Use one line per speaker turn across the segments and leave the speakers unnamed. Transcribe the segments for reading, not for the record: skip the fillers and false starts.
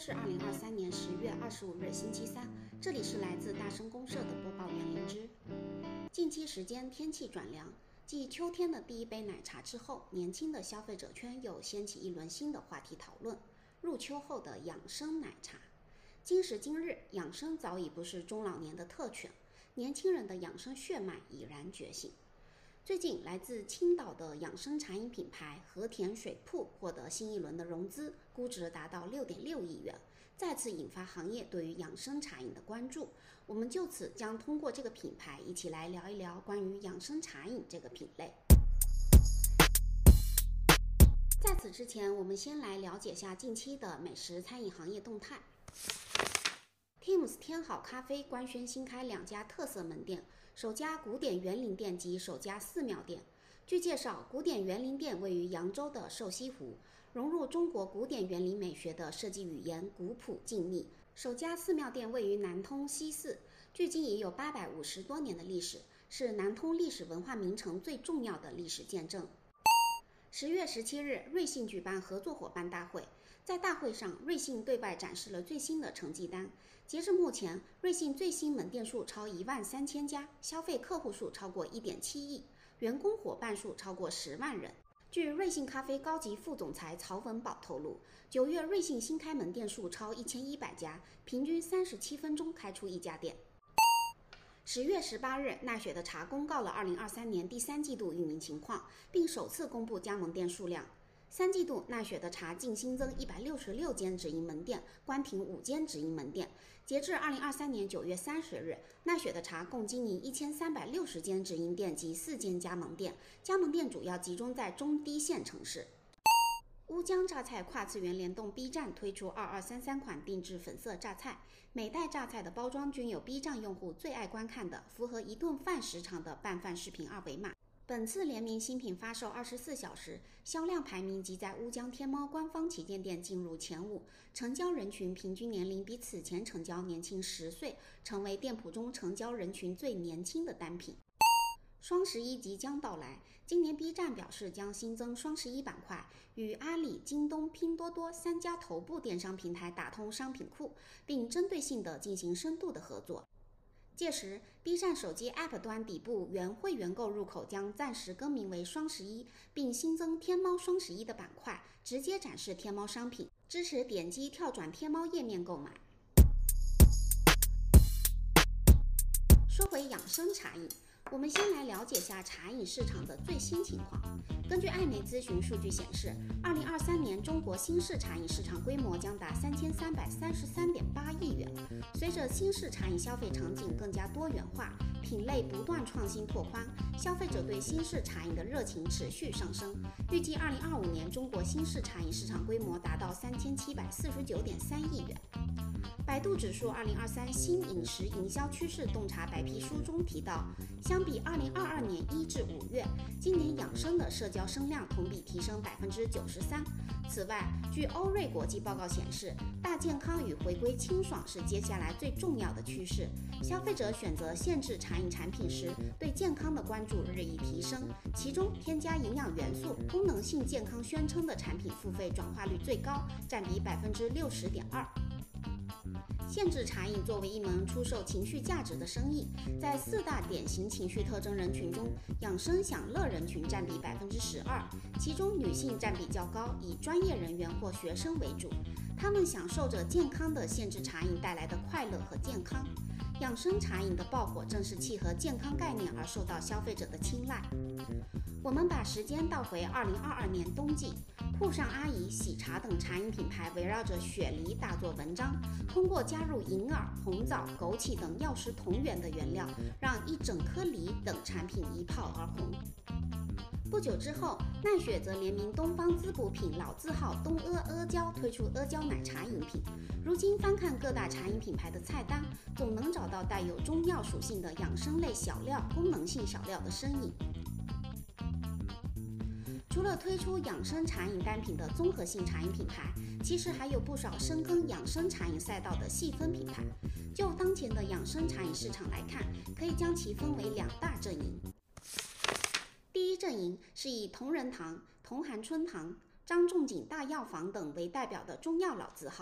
是2023年10月25日星期三，这里是来自大声公社的播报员灵芝。近期时间天气转凉，继秋天的第一杯奶茶之后，年轻的消费者圈又掀起一轮新的话题讨论：入秋后的养生奶茶。今时今日，养生早已不是中老年的特权，年轻人的养生血脉已然觉醒。最近，来自青岛的养生茶饮品牌和田水铺获得新一轮的融资，估值达到6.6亿元，再次引发行业对于养生茶饮的关注。我们就此将通过这个品牌一起来聊一聊关于养生茶饮这个品类。在此之前，我们先来了解下近期的美食餐饮行业动态。Tim's 天好咖啡官宣新开2家特色门店，首家古典园林店及首家寺庙店。据介绍，古典园林店位于扬州的瘦西湖，融入中国古典园林美学的设计语言，古朴静谧。首家寺庙店位于南通西寺，距今已有850多年的历史，是南通历史文化名城最重要的历史见证。10月17日，瑞幸举办合作伙伴大会，在大会上，瑞幸对外展示了最新的成绩单。截至目前，瑞幸最新门店数超13000家，消费客户数超过1.7亿，员工伙伴数超过10万人。据瑞幸咖啡高级副总裁曹文宝透露，9月瑞幸新开门店数超1100家，平均37分钟开出一家店。10月18日，奈雪的茶公告了2023年第3季度运营情况，并首次公布加盟店数量。3季度，奈雪的茶净新增166间直营门店，关停5间直营门店。截至2023年9月30日，奈雪的茶共经营1360间直营店及4间加盟店，加盟店主要集中在中低线城市。乌江榨菜跨次元联动 B 站推出2233款定制粉色榨菜，每袋榨菜的包装均有 B 站用户最爱观看的符合一顿饭时长的拌饭视频二维码。本次联名新品发售24小时，销量排名即在乌江天猫官方旗舰店进入前5，成交人群平均年龄比此前成交年轻10岁，成为店铺中成交人群最年轻的单品。双11即将到来，今年 B 站表示将新增双11板块，与阿里、京东、拼多多3家头部电商平台打通商品库，并针对性地进行深度的合作。届时 ，B 站手机 App 端底部原会员购入口将暂时更名为双11，并新增天猫双11的板块，直接展示天猫商品，支持点击跳转天猫页面购买。说回养生茶饮，我们先来了解下茶饮市场的最新情况。根据艾媒咨询数据显示，2023年中国新式茶饮市场规模将达3333.8亿元。随着新式茶饮消费场景更加多元化，品类不断创新拓宽，消费者对新式茶饮的热情持续上升。预计2025年中国新式茶饮市场规模达到3749.3亿元。百度指数2023新饮食营销趋势洞察白皮书中提到，相比2022年1至5月，今年养生的社交声量同比提升93%。此外，据欧瑞国际报告显示，大健康与回归清爽是接下来最重要的趋势。消费者选择限制茶饮产品时，对健康的关注日益提升，其中添加营养元素、功能性健康宣称的产品付费转化率最高，占比60.2%。限制茶饮作为一门出售情绪价值的生意，在4大典型情绪特征人群中，养生享乐人群占比12%，其中女性占比较高，以专业人员或学生为主，他们享受着健康的限制茶饮带来的快乐和健康。养生茶饮的爆火正是契合健康概念而受到消费者的青睐。我们把时间倒回2022年冬季，沪上阿姨、喜茶等茶饮品牌围绕着雪梨大做文章，通过加入银耳、红枣、枸杞等药食同源的原料，让一整颗梨等产品一炮而红。不久之后，奈雪则联名东方滋补品老字号东阿阿胶推出阿胶奶茶饮品。如今翻看各大茶饮品牌的菜单，总能找到带有中药属性的养生类小料、功能性小料的身影。除了推出养生茶饮单品的综合性茶饮品牌，其实还有不少深耕养生茶饮赛道的细分品牌。就当前的养生茶饮市场来看，可以将其分为2大阵营。第一阵营是以同仁堂、同含春堂、张仲景大药房等为代表的中药老字号，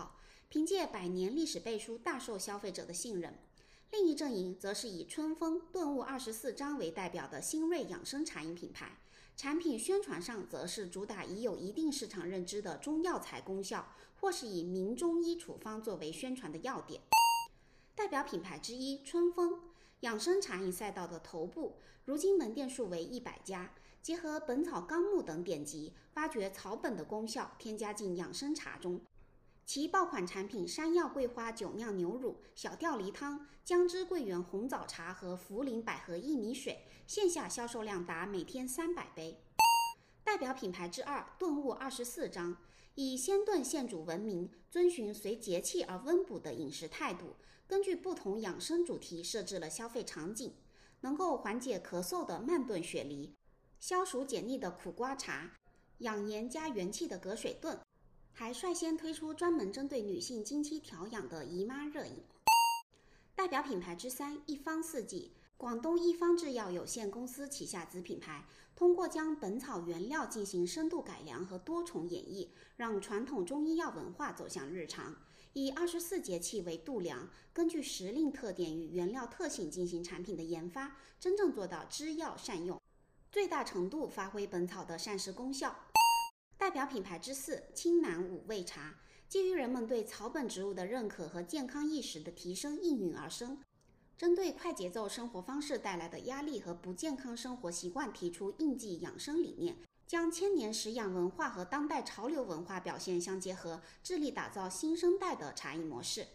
凭借100年历史背书大受消费者的信任。另一阵营则是以春风、顿悟24章为代表的新锐养生茶饮品牌，产品宣传上则是主打已有一定市场认知的中药材功效，或是以名中医处方作为宣传的要点。代表品牌之一春风，养生茶饮赛道的头部，如今门店数为100家，结合《本草纲目》等典籍，发掘草本的功效，添加进养生茶中。其爆款产品山药桂花酒酿牛乳、小吊梨汤、姜汁桂圆红枣茶和茯苓百合薏米水，线下销售量达每天300杯。代表品牌之二顿悟24章，以先炖现煮闻名，遵循随节气而温补的饮食态度，根据不同养生主题设置了消费场景，能够缓解咳嗽的慢炖雪梨，消暑解腻的苦瓜茶，养颜加元气的隔水炖，还率先推出专门针对女性经期调养的姨妈热饮。代表品牌之三一方四季，广东一方制药有限公司旗下子品牌，通过将本草原料进行深度改良和多重演绎，让传统中医药文化走向日常，以24节气为度量，根据时令特点与原料特性进行产品的研发，真正做到知药善用，最大程度发挥本草的膳食功效。代表品牌之四青南五味茶，基于人们对草本植物的认可和健康意识的提升应运而生，针对快节奏生活方式带来的压力和不健康生活习惯，提出应季养生理念，将千年食养文化和当代潮流文化表现相结合，致力打造新生代的茶饮模式。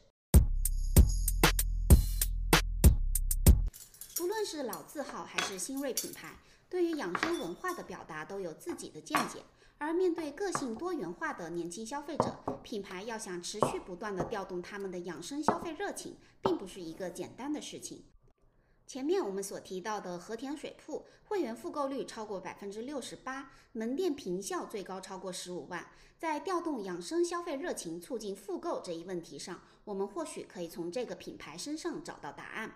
不论是老字号还是新锐品牌，对于养生文化的表达都有自己的见解，而面对个性多元化的年轻消费者，品牌要想持续不断地调动他们的养生消费热情，并不是一个简单的事情。前面我们所提到的和田水铺，会员复购率超过68%，门店坪效最高超过15万。在调动养生消费热情、促进复购这一问题上，我们或许可以从这个品牌身上找到答案。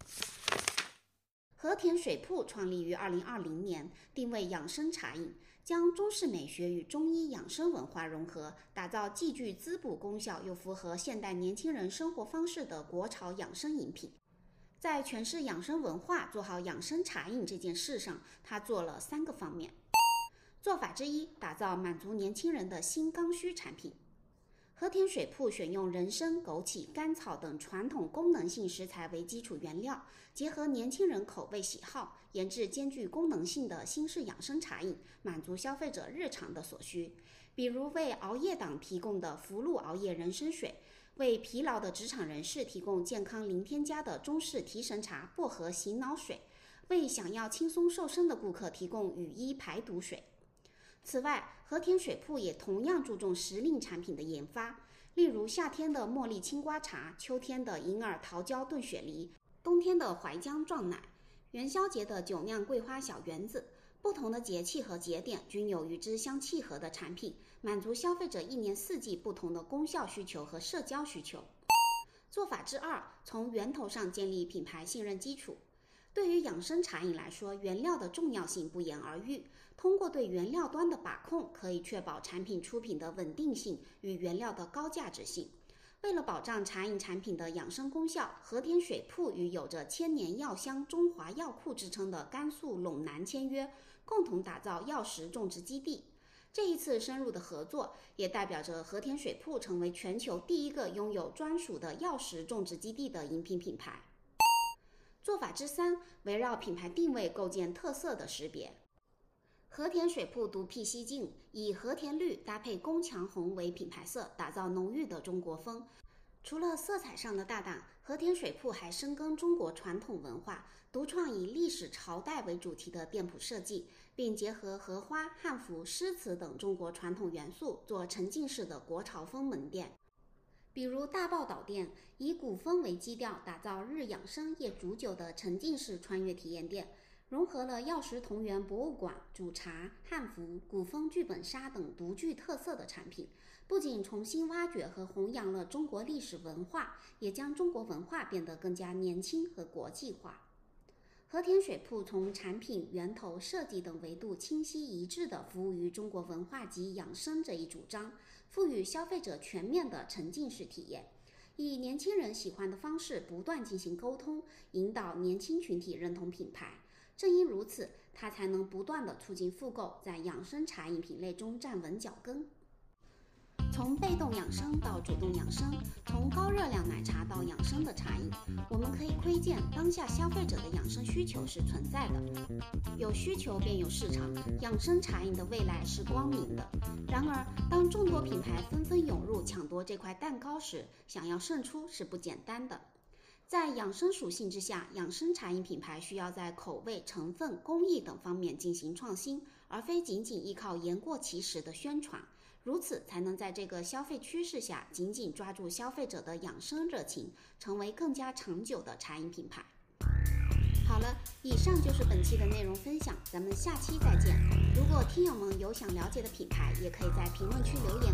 和田水铺创立于2020年，定位养生茶饮，将中式美学与中医养生文化融合，打造既具滋补功效又符合现代年轻人生活方式的国潮养生饮品。在诠释养生文化、做好养生茶饮这件事上，他做了3个方面。做法之一，打造满足年轻人的新刚需产品。和田水铺选用人参、枸杞、甘草等传统功能性食材为基础原料，结合年轻人口味喜好，研制兼具功能性的新式养生茶饮，满足消费者日常的所需。比如为熬夜党提供的福禄熬夜人参水，为疲劳的职场人士提供健康零添加的中式提神茶薄荷醒脑水，为想要轻松瘦身的顾客提供羽衣排毒水。此外，和田水铺也同样注重时令产品的研发，例如夏天的茉莉青瓜茶，秋天的银耳桃胶炖雪梨，冬天的淮姜撞奶，元宵节的酒酿桂花小圆子。不同的节气和节点均有与之相契合的产品，满足消费者1年4季不同的功效需求和社交需求。做法之二，从源头上建立品牌信任基础。对于养生茶饮来说，原料的重要性不言而喻。通过对原料端的把控，可以确保产品出品的稳定性与原料的高价值性。为了保障茶饮产品的养生功效，和田水铺与有着千年药香中华药库之称的甘肃陇南签约，共同打造药食种植基地。这一次深入的合作，也代表着和田水铺成为全球第一个拥有专属的药食种植基地的饮品品牌。做法之三，围绕品牌定位构建特色的识别。和田水铺独辟蹊径，以和田绿搭配宫墙红为品牌色，打造浓郁的中国风。除了色彩上的大胆，和田水铺还深耕中国传统文化，独创以历史朝代为主题的店铺设计，并结合荷花、汉服、诗词等中国传统元素，做沉浸式的国潮风门店。比如大报岛店，以古风为基调，打造日养生夜煮酒的沉浸式穿越体验店，融合了药食同源博物馆、煮茶、汉服、古风剧本杀等独具特色的产品，不仅重新挖掘和弘扬了中国历史文化，也将中国文化变得更加年轻和国际化。和田水铺从产品、源头、设计等维度清晰一致地服务于中国文化及养生这一主张， 赋予消费者全面的沉浸式体验，以年轻人喜欢的方式不断进行沟通，引导年轻群体认同品牌。正因如此，它才能不断地促进复购，在养生茶饮品类中站稳脚跟。从被动养生到主动养生，从高热量奶茶到养生的茶饮，我们可以窥见当下消费者的养生需求是存在的。有需求便有市场，养生茶饮的未来是光明的。然而，当众多品牌纷纷涌入抢夺这块蛋糕时，想要胜出是不简单的。在养生属性之下，养生茶饮品牌需要在口味、成分、工艺等方面进行创新，而非仅仅依靠言过其实的宣传。如此才能在这个消费趋势下紧紧抓住消费者的养生热情，成为更加长久的茶饮品牌。好了，以上就是本期的内容分享，咱们下期再见。如果听友们有想了解的品牌，也可以在评论区留言